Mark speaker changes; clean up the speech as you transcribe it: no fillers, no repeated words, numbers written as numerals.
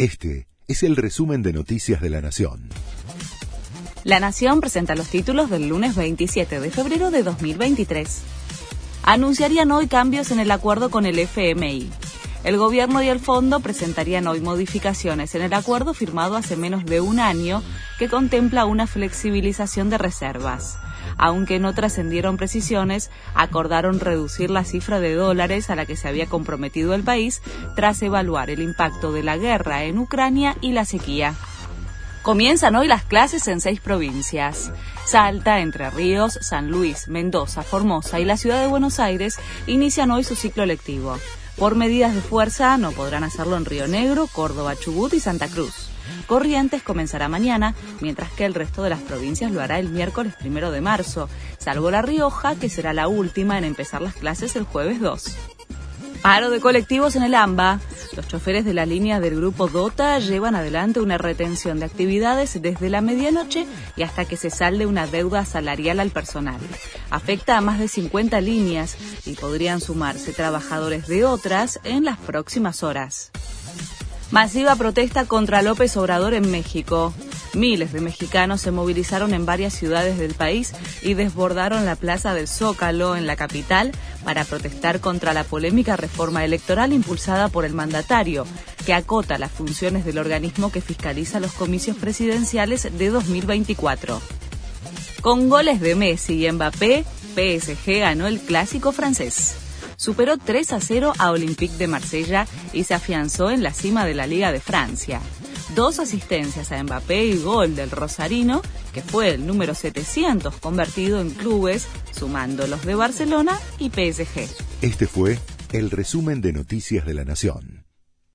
Speaker 1: Este es el resumen de Noticias de la Nación.
Speaker 2: La Nación presenta los títulos del lunes 27 de febrero de 2023. Anunciarían hoy cambios en el acuerdo con el FMI. El gobierno y el fondo presentarían hoy modificaciones en el acuerdo firmado hace menos de un año que contempla una flexibilización de reservas. Aunque no trascendieron precisiones, acordaron reducir la cifra de dólares a la que se había comprometido el país tras evaluar el impacto de la guerra en Ucrania y la sequía. Comienzan hoy las clases en 6 provincias. Salta, Entre Ríos, San Luis, Mendoza, Formosa y la ciudad de Buenos Aires inician hoy su ciclo lectivo. Por medidas de fuerza no podrán hacerlo en Río Negro, Córdoba, Chubut y Santa Cruz. Corrientes comenzará mañana, mientras que el resto de las provincias lo hará el miércoles 1 de marzo, salvo La Rioja, que será la última en empezar las clases el jueves 2. Paro de colectivos en el AMBA. Los choferes de la línea del grupo DOTA llevan adelante una retención de actividades desde la medianoche y hasta que se salde una deuda salarial al personal. Afecta a más de 50 líneas y podrían sumarse trabajadores de otras en las próximas horas. Masiva protesta contra López Obrador en México. Miles de mexicanos se movilizaron en varias ciudades del país y desbordaron la plaza del Zócalo en la capital para protestar contra la polémica reforma electoral impulsada por el mandatario, que acota las funciones del organismo que fiscaliza los comicios presidenciales de 2024. Con goles de Messi y Mbappé, PSG ganó el clásico francés. Superó 3-0 a Olympique de Marsella y se afianzó en la cima de la Liga de Francia. 2 asistencias a Mbappé y gol del rosarino, que fue el número 700 convertido en clubes, sumando los de Barcelona y PSG.
Speaker 1: Este fue el resumen de Noticias de la Nación.